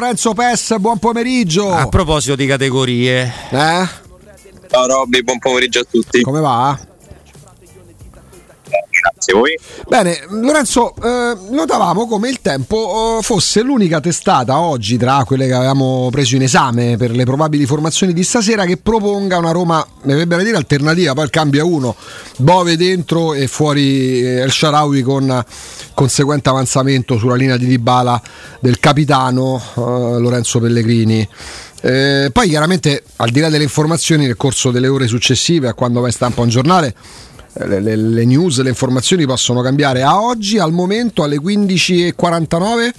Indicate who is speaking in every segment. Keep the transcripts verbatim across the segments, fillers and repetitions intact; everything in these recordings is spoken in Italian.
Speaker 1: Lorenzo Pes, buon pomeriggio.
Speaker 2: A proposito di categorie,
Speaker 1: eh?
Speaker 3: Ciao Robby, buon pomeriggio a tutti.
Speaker 1: Come va?
Speaker 3: Grazie, voi?
Speaker 1: Bene, Lorenzo, eh, notavamo come il Tempo eh, fosse l'unica testata oggi tra quelle che avevamo preso in esame per le probabili formazioni di stasera che proponga una Roma, mi verrebbe da dire alternativa, poi il cambio è uno, Bove dentro e fuori El Shaarawy con conseguente avanzamento sulla linea di Dybala del capitano eh, Lorenzo Pellegrini. Eh, poi chiaramente al di là delle informazioni nel corso delle ore successive a quando va in stampa un giornale, Le, le, le news, le informazioni possono cambiare. A oggi, al momento, alle quindici e quarantanove.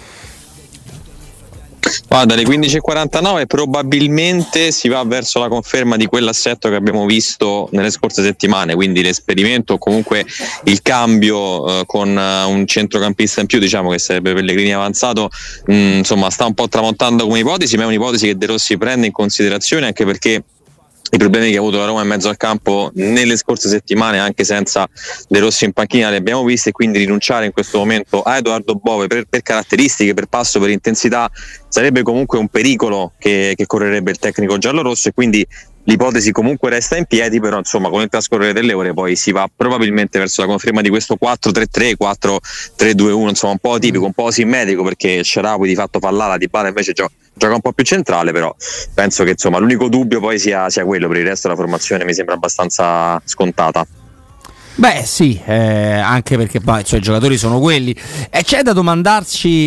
Speaker 3: Guarda, alle quindici e quarantanove probabilmente si va verso la conferma di quell'assetto che abbiamo visto nelle scorse settimane, quindi l'esperimento o comunque il cambio eh, con uh, un centrocampista in più, diciamo che sarebbe Pellegrini avanzato, mh, insomma sta un po' tramontando come ipotesi, ma è un'ipotesi che De Rossi prende in considerazione anche perché i problemi che ha avuto la Roma in mezzo al campo nelle scorse settimane anche senza De Rossi in panchina li abbiamo visti, e quindi rinunciare in questo momento a Edoardo Bove per, per caratteristiche, per passo, per intensità sarebbe comunque un pericolo che, che correrebbe il tecnico giallorosso, e quindi l'ipotesi comunque resta in piedi, però insomma con il trascorrere delle ore poi si va probabilmente verso la conferma di questo quattro tre tre, quattro tre due uno, insomma un po' atipico, un po' simmetrico, perché Shaarawy di fatto fa l'ala, Dybala invece gioca, gioca un po' più centrale, però penso che insomma l'unico dubbio poi sia, sia quello, per il resto la formazione mi sembra abbastanza scontata.
Speaker 2: beh sì, eh, anche perché poi cioè, i giocatori sono quelli, e c'è da domandarci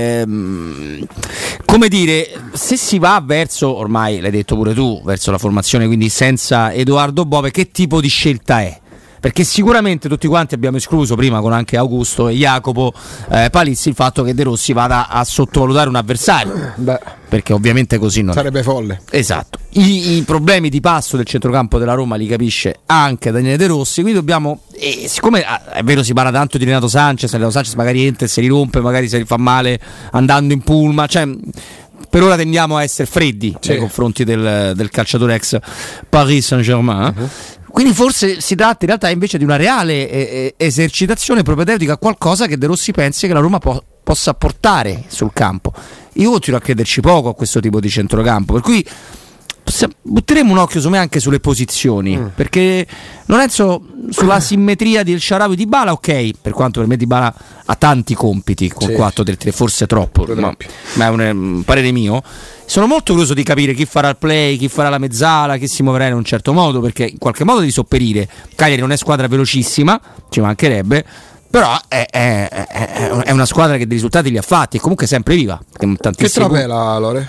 Speaker 2: ehm, come dire, se si va verso, ormai l'hai detto pure tu, verso la formazione quindi senza Edoardo Bove, che tipo di scelta è? Perché sicuramente tutti quanti abbiamo escluso prima con anche Augusto e Jacopo eh, Palizzi il fatto che De Rossi vada a sottovalutare un avversario.
Speaker 1: Beh,
Speaker 2: perché ovviamente così non
Speaker 1: sarebbe folle.
Speaker 2: Esatto. I, i problemi di passo del centrocampo della Roma li capisce anche Daniele De Rossi, quindi dobbiamo, e siccome è vero si parla tanto di Renato Sanchez, Renato Sanchez magari entra e si rompe, magari si fa male andando in pullman, cioè per ora tendiamo a essere freddi sì. nei confronti del, del calciatore ex Paris Saint-Germain. Uh-huh. Quindi forse si tratta in realtà invece di una reale eh, esercitazione propedeutica a qualcosa che De Rossi pensi che la Roma po- possa portare sul campo. Io continuo a crederci poco a questo tipo di centrocampo, per cui butteremo un occhio me anche sulle posizioni, mm. perché Lorenzo sulla simmetria del Shaarawy di Dybala, ok, per quanto per me Dybala ha tanti compiti con sì. quattro tre tre, forse troppo, ma, ma è un, un parere mio. Sono molto curioso di capire chi farà il play, chi farà la mezzala, chi si muoverà in un certo modo, perché in qualche modo di sopperire. Cagliari non è squadra velocissima, ci mancherebbe, però è, è, è, è una squadra che dei risultati li ha fatti e comunque sempre viva.
Speaker 1: Che trapela, Lore?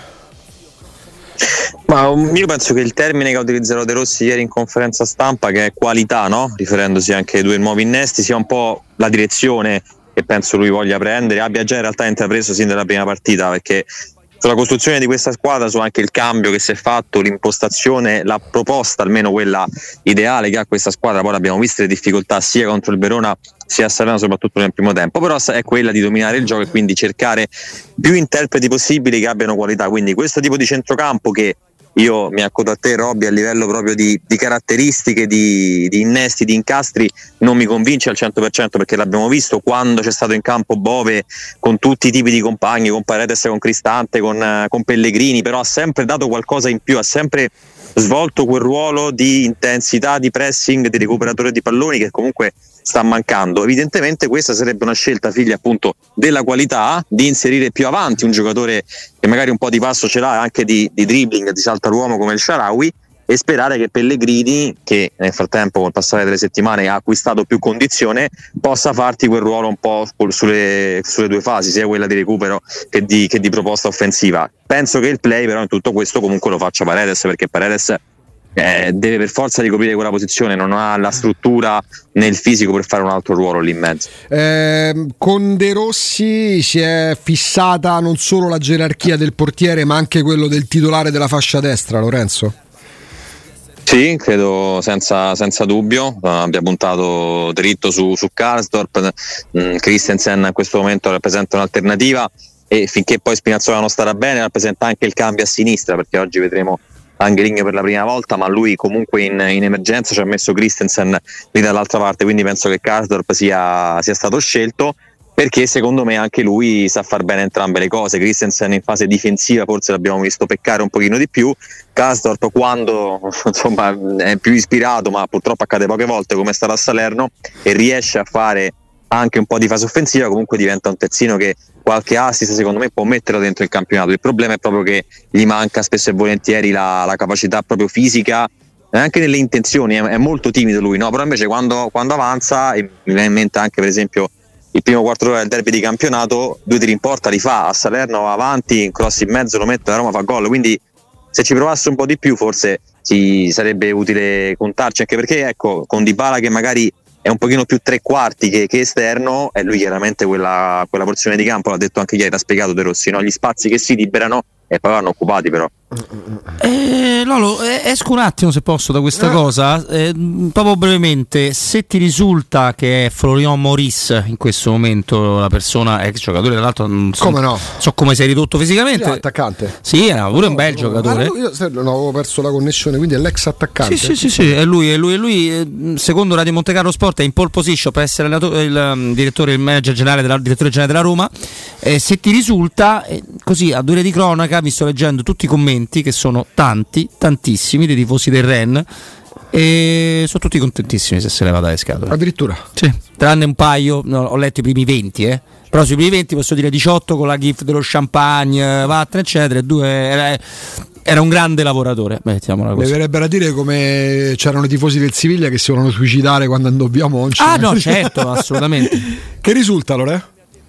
Speaker 3: Ma io penso che il termine che ha utilizzato De Rossi ieri in conferenza stampa, che è qualità, no? Riferendosi anche ai due nuovi innesti, sia un po' la direzione che penso lui voglia prendere, abbia già in realtà intrapreso sin dalla prima partita, perché sulla costruzione di questa squadra, su anche il cambio che si è fatto, l'impostazione, la proposta, almeno quella ideale che ha questa squadra, poi abbiamo visto le difficoltà sia contro il Verona sia a Salerno, soprattutto nel primo tempo, però è quella di dominare il gioco e quindi cercare più interpreti possibili che abbiano qualità, quindi questo tipo di centrocampo che io mi accodo a te, Robby, a livello proprio di, di caratteristiche, di, di innesti, di incastri, non mi convince al cento per cento, perché l'abbiamo visto quando c'è stato in campo Bove con tutti i tipi di compagni, con Paredes, con Cristante, con, con Pellegrini, però ha sempre dato qualcosa in più, ha sempre svolto quel ruolo di intensità, di pressing, di recuperatore di palloni che comunque sta mancando. Evidentemente questa sarebbe una scelta figlia appunto della qualità, di inserire più avanti un giocatore che magari un po' di passo ce l'ha, anche di, di dribbling, di salta all'uomo come il Shaarawy, e sperare che Pellegrini, che nel frattempo col passare delle settimane ha acquistato più condizione, possa farti quel ruolo un po' sulle, sulle due fasi, sia quella di recupero che di, che di proposta offensiva. Penso che il play però in tutto questo comunque lo faccia Paredes, perché Paredes eh, deve per forza ricoprire quella posizione, non ha la struttura nel fisico per fare un altro ruolo lì in mezzo.
Speaker 1: Eh, con De Rossi si è fissata non solo la gerarchia del portiere ma anche quello del titolare della fascia destra, Lorenzo?
Speaker 3: Sì, credo senza, senza dubbio, uh, abbia puntato dritto su, su Karsdorp. mm, Christensen in questo momento rappresenta un'alternativa e finché poi Spinazzola non starà bene rappresenta anche il cambio a sinistra, perché oggi vedremo Angeligno per la prima volta, ma lui comunque in, in emergenza ci ha messo Christensen lì dall'altra parte, quindi penso che Karsdorp sia, sia stato scelto. perché secondo me anche lui sa far bene entrambe le cose. Christensen in fase difensiva forse l'abbiamo visto peccare un pochino di più, Karsdorp quando insomma è più ispirato, ma purtroppo accade poche volte come è stato a Salerno, e riesce a fare anche un po' di fase offensiva, comunque diventa un terzino che qualche assist secondo me può metterlo dentro il campionato. Il problema è proprio che gli manca spesso e volentieri la, la capacità proprio fisica, anche nelle intenzioni, è, è molto timido lui, no? Però invece quando, quando avanza, e mi viene in mente anche per esempio il primo quarto d'ora del derby di campionato, due tiri in porta li fa, a Salerno va avanti, cross in mezzo lo mette, la Roma fa gol, quindi se ci provasse un po' di più forse ci sarebbe utile contarci, anche perché ecco, con Dybala che magari è un pochino più tre quarti che, che esterno, e lui chiaramente quella, quella porzione di campo, l'ha detto anche ieri, l'ha spiegato De Rossi, no? Gli spazi che si liberano e poi vanno occupati però.
Speaker 2: Eh, Lolo, eh, esco un attimo se posso da questa eh. cosa, eh, proprio brevemente, se ti risulta che è Florian Maurice in questo momento la persona, ex giocatore, tra l'altro non so
Speaker 1: come, no?
Speaker 2: so come sei ridotto fisicamente,
Speaker 1: no, attaccante,
Speaker 2: sì, era pure no, un bel
Speaker 1: no,
Speaker 2: giocatore.
Speaker 1: Io non avevo perso la connessione, quindi è l'ex attaccante.
Speaker 2: Sì, sì, sì, sì, è lui, è lui, è lui. Secondo Radio Monte Carlo Sport è in pole position per essere il, il um, direttore, il manager generale della, direttore generale della Roma. Eh, se ti risulta, eh, così a due di cronaca, vi sto leggendo tutti i commenti che sono tanti, tantissimi dei tifosi del Ren, e sono tutti contentissimi se se ne va dalle scatole.
Speaker 1: Addirittura?
Speaker 2: Sì, tranne un paio, no, ho letto i primi venti, eh. Però sui primi venti posso dire diciotto con la gift dello champagne, vattene eccetera, due era, era un grande lavoratore, mettiamola così.
Speaker 1: Mi verrebbe a dire come c'erano i tifosi del Siviglia che si volevano suicidare quando andò a Monci.
Speaker 2: Ah no, certo, assolutamente.
Speaker 1: Che risulta, Lore?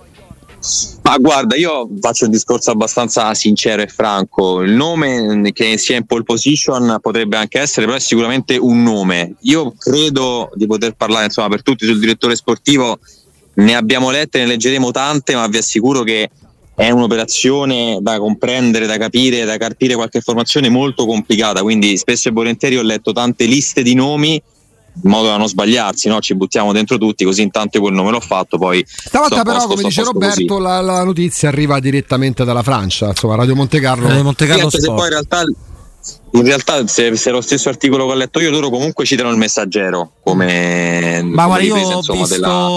Speaker 3: Ma guarda, io faccio un discorso abbastanza sincero e franco. Il nome che sia in pole position potrebbe anche essere, però è sicuramente un nome. Io credo di poter parlare insomma per tutti sul direttore sportivo, ne abbiamo lette, ne leggeremo tante, ma vi assicuro che è un'operazione da comprendere, da capire, da carpire qualche informazione molto complicata, quindi spesso e volentieri ho letto tante liste di nomi in modo da non sbagliarsi, no? Ci buttiamo dentro tutti, così intanto quel nome l'ho fatto, poi
Speaker 1: stavolta però posto, come dice Roberto la, la notizia arriva direttamente dalla Francia, insomma Radio Monte Carlo,
Speaker 2: Radio Monte Carlo
Speaker 3: se poi in realtà in realtà se, se è lo stesso articolo che ho letto io, loro comunque citano il Messaggero come,
Speaker 2: ma
Speaker 3: come
Speaker 2: guarda, io
Speaker 3: ripresa,
Speaker 2: ho
Speaker 3: insomma,
Speaker 2: visto
Speaker 3: della...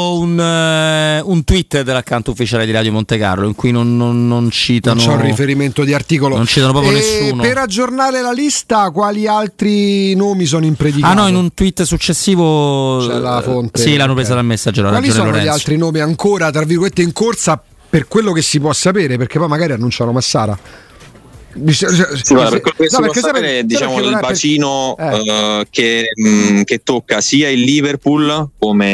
Speaker 2: un, uh, un tweet dell'account ufficiale di Radio Monte Carlo in cui non, non, non citano,
Speaker 1: non c'è un riferimento di articolo,
Speaker 2: non citano proprio
Speaker 1: e
Speaker 2: nessuno.
Speaker 1: Per aggiornare la lista, quali altri nomi sono impredicato?
Speaker 2: Ah no, in un tweet successivo
Speaker 1: c'è la fonte,
Speaker 2: sì, l'hanno
Speaker 1: okay.
Speaker 2: presa dal Messaggero.
Speaker 1: Quali sono
Speaker 2: Lorenzo.
Speaker 1: Gli altri nomi ancora tra virgolette in corsa, per quello che si può sapere, perché poi magari annunciano Massara?
Speaker 3: Sì, guarda, per quello che no, si può sapere, sapere diciamo il bacino per... eh. uh, che, mh, che tocca sia il Liverpool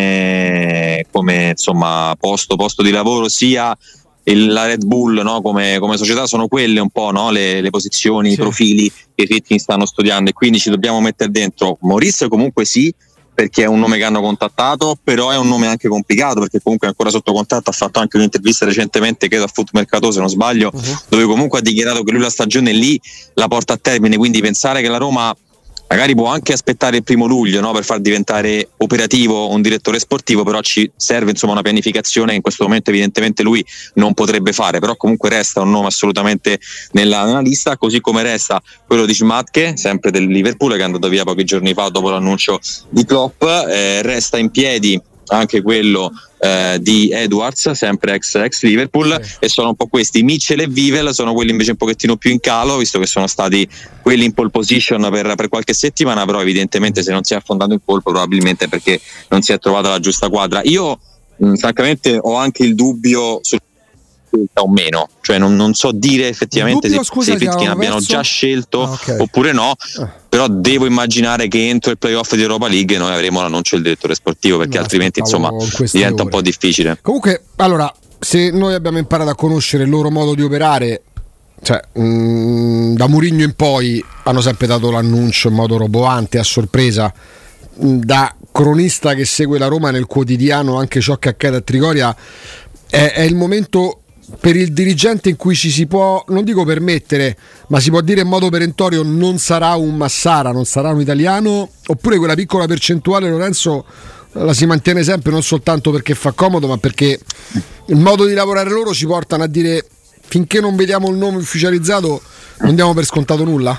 Speaker 3: come, come insomma posto, posto di lavoro, sia il, la Red Bull, no? come, come società, sono quelle un po', no? le, le posizioni, sì. I profili che i Fritkin stanno studiando, e quindi ci dobbiamo mettere dentro Maurice comunque sì, perché è un nome che hanno contattato, però è un nome anche complicato perché comunque è ancora sotto contratto. Ha fatto anche un'intervista recentemente, credo a Foot Mercato se non sbaglio, uh-huh. dove comunque ha dichiarato che lui la stagione lì la porta a termine, quindi pensare che la Roma magari può anche aspettare il primo luglio, no, per far diventare operativo un direttore sportivo, però ci serve insomma una pianificazione che in questo momento evidentemente lui non potrebbe fare, però comunque resta un nome assolutamente nella, nella lista, così come resta quello di Schmatke, sempre del Liverpool, che è andato via pochi giorni fa dopo l'annuncio di Klopp, eh, resta in piedi anche quello eh, di Edwards, sempre ex, ex Liverpool, sì. E sono un po' questi. Mitchell e Vivel sono quelli invece un pochettino più in calo, visto che sono stati quelli in pole position per, per qualche settimana, però evidentemente se non si è affondato in colpo probabilmente perché non si è trovata la giusta quadra. Io mh, francamente ho anche il dubbio sul o meno, cioè non, non so dire effettivamente dubbio, se, scusa, se i Fritkin abbiano già scelto ah, okay. oppure no, ah. però devo immaginare che entro il playoff di Europa League noi avremo l'annuncio del direttore sportivo, perché no, altrimenti insomma diventa ore. un po' difficile.
Speaker 1: Comunque, allora, se noi abbiamo imparato a conoscere il loro modo di operare, cioè mh, da Mourinho in poi hanno sempre dato l'annuncio in modo roboante, a sorpresa. Mh, da cronista che segue la Roma nel quotidiano, anche ciò che accade a Trigoria, è, è il momento per il dirigente in cui ci si può, non dico permettere, ma si può dire in modo perentorio: non sarà un Massara, non sarà un italiano, oppure quella piccola percentuale, Lorenzo, la si mantiene sempre, non soltanto perché fa comodo, ma perché il modo di lavorare loro ci portano a dire: finché non vediamo il nome ufficializzato non diamo per scontato nulla.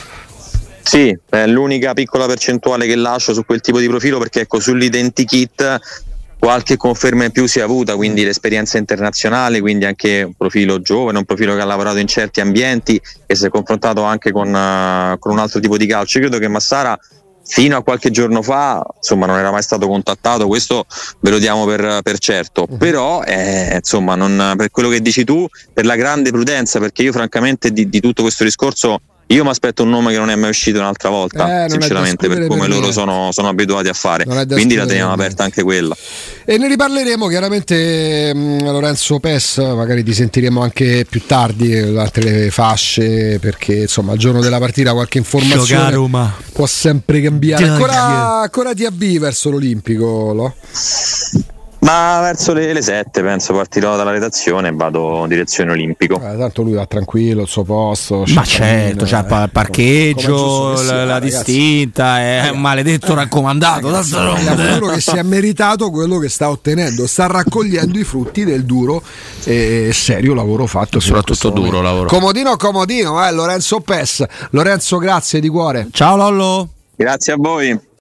Speaker 3: Sì, è l'unica piccola percentuale che lascio su quel tipo di profilo, perché ecco, sull'identikit qualche conferma in più si è avuta, quindi l'esperienza internazionale, quindi anche un profilo giovane, un profilo che ha lavorato in certi ambienti e si è confrontato anche con, uh, con un altro tipo di calcio. Io credo che Massara fino a qualche giorno fa insomma non era mai stato contattato, questo ve lo diamo per, per certo, uh-huh. però eh, insomma non, per quello che dici tu, per la grande prudenza, perché io francamente di, di tutto questo discorso io mi aspetto un nome che non è mai uscito un'altra volta, eh, sinceramente, per come per loro sono, sono abituati a fare, quindi la teniamo aperta anche quella.
Speaker 1: E ne riparleremo chiaramente, mh, Lorenzo Pes, magari ti sentiremo anche più tardi altre fasce, perché insomma al giorno della partita qualche informazione può sempre cambiare. Ancora, ancora ti avvii verso l'Olimpico, Lo?
Speaker 3: Ma verso le, le sette penso partirò dalla redazione e vado in direzione Olimpico.
Speaker 1: Eh, tanto lui va tranquillo, il suo posto.
Speaker 2: Ma certo, c'ha il parcheggio, come, come la, la distinta, è un maledetto eh, raccomandato.
Speaker 1: Ragazzi, è uno che si è meritato quello che sta ottenendo, sta raccogliendo i frutti del duro e serio lavoro fatto.
Speaker 2: Soprattutto duro lavoro.
Speaker 1: Comodino, comodino, eh, Lorenzo Pes. Lorenzo, grazie di cuore.
Speaker 2: Ciao Lollo.
Speaker 3: Grazie a voi.